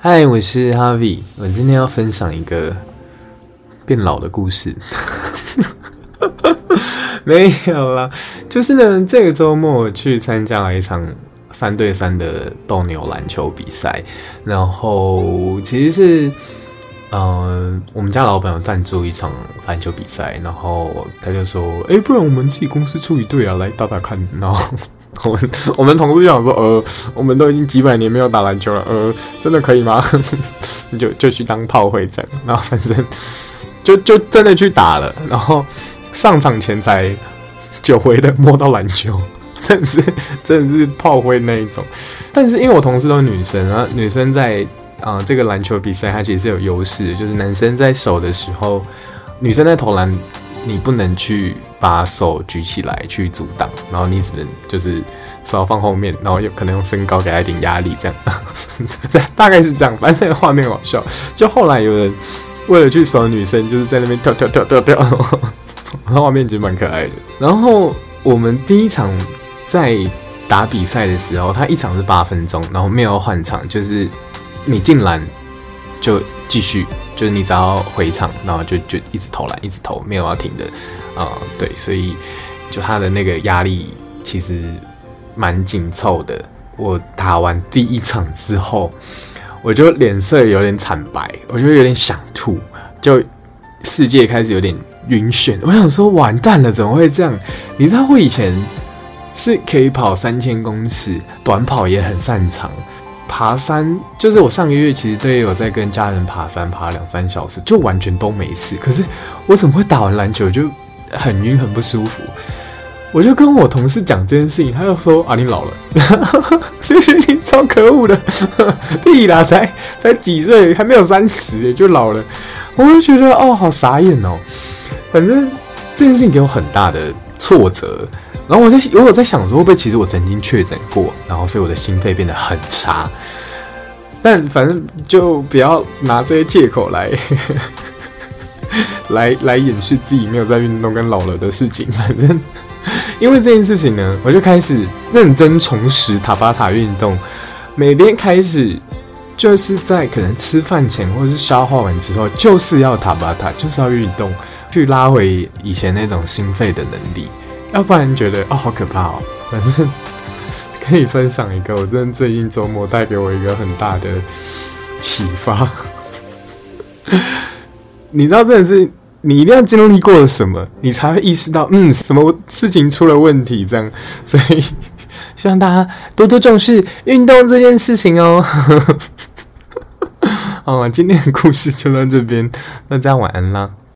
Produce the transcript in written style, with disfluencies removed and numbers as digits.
嗨，我是 Harvey， 我今天要分享一个变老的故事。没有啦，就是呢，这个周末我去参加了一场3对3的斗牛篮球比赛，然后其实是我们家老板有赞助一场篮球比赛，然后他就说，不然我们自己公司出一队啊，来打打看。然后我们同事就想说，我们都已经几百年没有打篮球了，真的可以吗？就去当炮灰这样，然后反正就真的去打了，然后上场前才久违的摸到篮球，真的是炮灰那一种。但是因为我同事都是女生，然后女生在这个篮球比赛，它其实是有优势的，就是男生在守的时候，女生在投篮，你不能去把手举起来去阻挡，然后你只能就是手放后面，然后有可能用身高给他一点压力，这样，大概是这样。反正那个画面好笑。就后来有人为了去守女生，就是在那边跳，画面其实蛮可爱的。然后我们第一场在打比赛的时候，它一场是8分钟，然后没有换场，就是你进篮就继续，就是你只要回场，然后就一直投篮，一直投，没有要停的。对，所以就他的那个压力其实蛮紧凑的。我打完第一场之后，我就脸色有点惨白，我就有点想吐，就世界开始有点晕眩。我想说完蛋了，怎么会这样？你知道我以前是可以跑3000公尺，短跑也很擅长。爬山就是我上个月其实都有在跟家人爬山，爬2-3小时，就完全都没事。可是我怎么会打完篮球就很晕很不舒服？我就跟我同事讲这件事情，他就说你老了，是不是你超可恶的？屁啦，才几岁，还没有30就老了。我就觉得好傻眼哦。反正这件事情给我很大的挫折。然后我有在想说，会不会其实我曾经确诊过，然后所以我的心肺变得很差。但反正就不要拿这些借口来掩饰自己没有在运动跟老了的事情。反正因为这件事情呢，我就开始认真重拾塔巴塔运动。每天开始就是在可能吃饭前或者是消化完之后，就是要塔巴塔，就是要运动，去拉回以前那种心肺的能力。要不然觉得好可怕哦。反正可以分享一个，我真的最近周末带给我一个很大的启发。你知道，真的是你一定要经历过了什么，你才会意识到，什么事情出了问题这样。所以希望大家多多重视运动这件事情哦。好，今天的故事就到这边，大家晚安啦。